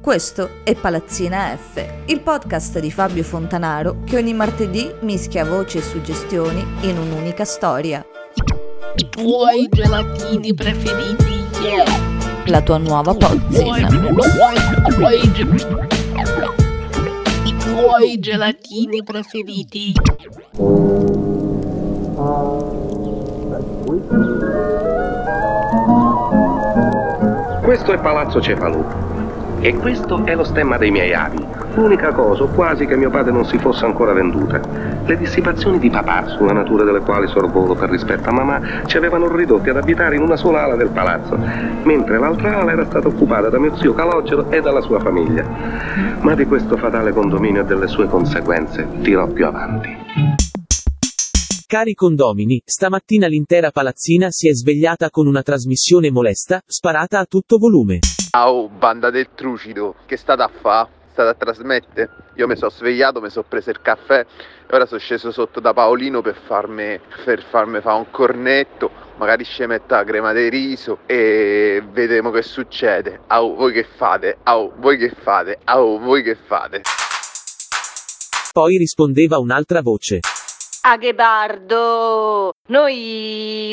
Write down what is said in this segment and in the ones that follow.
Questo è Palazzina F, il podcast di Fabio Fontanaro che ogni martedì mischia voci e suggestioni in un'unica storia. I tuoi gelatini preferiti, La tua nuova pozzina. I tuoi gelatini preferiti. Questo è Palazzo Cefalù e questo è lo stemma dei miei avi. L'unica cosa, o quasi, che mio padre non si fosse ancora venduta. Le dissipazioni di papà, sulla natura delle quali sorvolo per rispetto a mamma, ci avevano ridotti ad abitare in una sola ala del palazzo, mentre l'altra ala era stata occupata da mio zio Calogero e dalla sua famiglia. Ma di questo fatale condominio e delle sue conseguenze dirò più avanti. Cari condomini, stamattina l'intera palazzina si è svegliata con una trasmissione molesta, sparata a tutto volume. Oh, banda del trucido, che state a fa? State a trasmettere? Io mi sono svegliato, mi sono preso il caffè e ora sono sceso sotto da Paolino per farmi fare un cornetto, magari ci metto la crema di riso e vedremo che succede. Oh, voi che fate? Oh, voi che fate? Oh, voi che fate? Poi rispondeva un'altra voce. Ah, Ghepardo! Noi...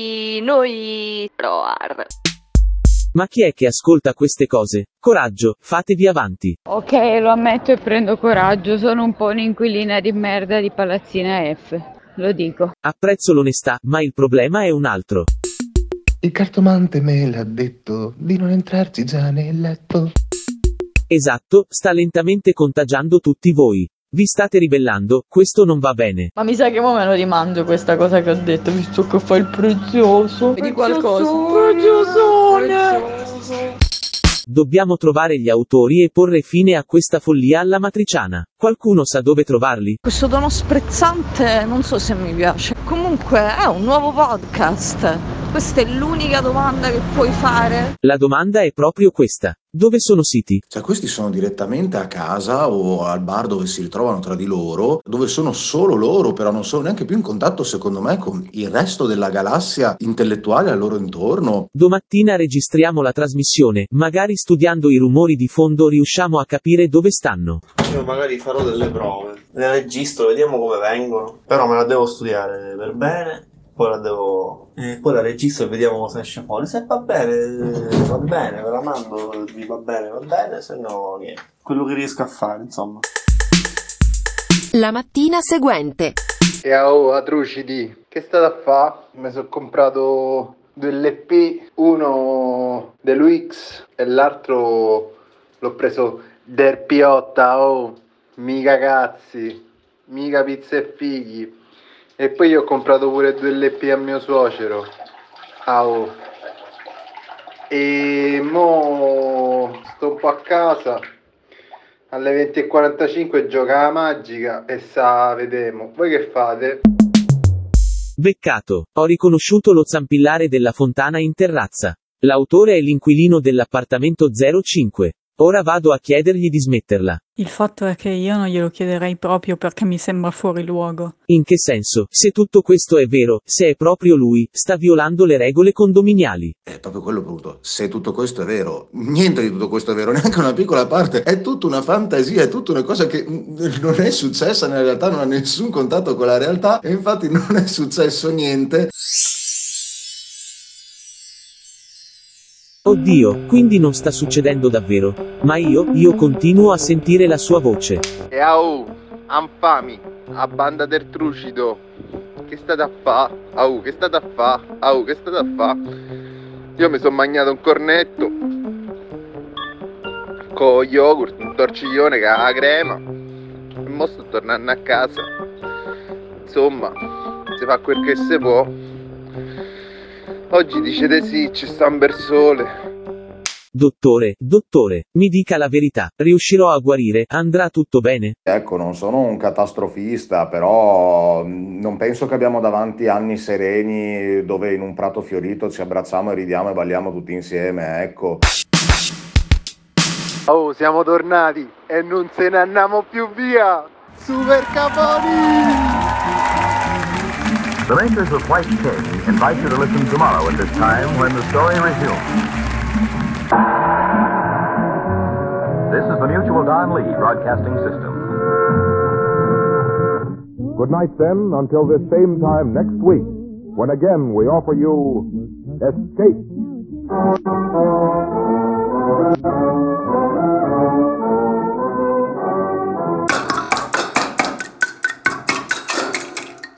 Roar. Ma chi è che ascolta queste cose? Coraggio, fatevi avanti. Ok, lo ammetto e prendo coraggio, sono un po' un'inquilina di merda di Palazzina F, lo dico. Apprezzo l'onestà, ma il problema è un altro. Il cartomante me l'ha detto di non entrarci già nel letto. Esatto, sta lentamente contagiando tutti voi. Vi state ribellando, questo non va bene. Ma mi sa che mo me lo rimangio questa cosa che ho detto, visto che fa il prezioso. Vedi qualcosa? Preziosone! Dobbiamo trovare gli autori e porre fine a questa follia alla matriciana. Qualcuno sa dove trovarli? Questo tono sprezzante non so se mi piace. Comunque è un nuovo podcast. Questa è l'unica domanda che puoi fare. La domanda è proprio questa. Dove sono siti? Cioè, questi sono direttamente a casa o al bar dove si ritrovano tra di loro, dove sono solo loro, però non sono neanche più in contatto, secondo me, con il resto della galassia intellettuale al loro intorno. Domattina registriamo la trasmissione, magari studiando i rumori di fondo riusciamo a capire dove stanno. Io magari farò delle prove, le registro, vediamo come vengono, però me la devo studiare per bene. Poi la registro e vediamo cosa esce fuori. Se va bene, ve la mando, vi va bene, se no niente. Quello che riesco a fare, insomma. La mattina seguente. E Atrucidi, che state a fa? Mi sono comprato 2 LP, uno dell'UX e l'altro l'ho preso del Piotta, mica cazzi, mica pizza e fighi. E poi io ho comprato pure 2 LP a mio suocero. E mo sto un po' a casa. Alle 20:45 gioca la magica e vedemo. Voi che fate? Beccato. Ho riconosciuto lo zampillare della fontana in terrazza. L'autore è l'inquilino dell'appartamento 05. Ora vado a chiedergli di smetterla. Il fatto è che io non glielo chiederei proprio perché mi sembra fuori luogo. In che senso? Se tutto questo è vero, se è proprio lui, sta violando le regole condominiali. È proprio quello brutto. Se tutto questo è vero, niente di tutto questo è vero, neanche una piccola parte. È tutta una fantasia, è tutta una cosa che non è successa nella realtà, non ha nessun contatto con la realtà e infatti non è successo niente. Oddio, quindi non sta succedendo davvero. Ma io continuo a sentire la sua voce. E anfami, a banda del trucido, che state a fa? Che state a fa? Che state a fa? Io mi sono mangiato un cornetto con yogurt, un torciglione che ha la crema e mo sto tornando a casa. Insomma, si fa quel che si può. Oggi dicete sì, ci sta un bel sole. Dottore, mi dica la verità, riuscirò a guarire, andrà tutto bene? Ecco, non sono un catastrofista, però non penso che abbiamo davanti anni sereni dove in un prato fiorito ci abbracciamo e ridiamo e balliamo tutti insieme, ecco. Siamo tornati e non se ne andiamo più via! Super Caponi! The makers of White King invite you to listen tomorrow at this time when the story resumes. the Mutual Don Lee Broadcasting System. Good night, then, until this same time next week, when again we offer you Escape.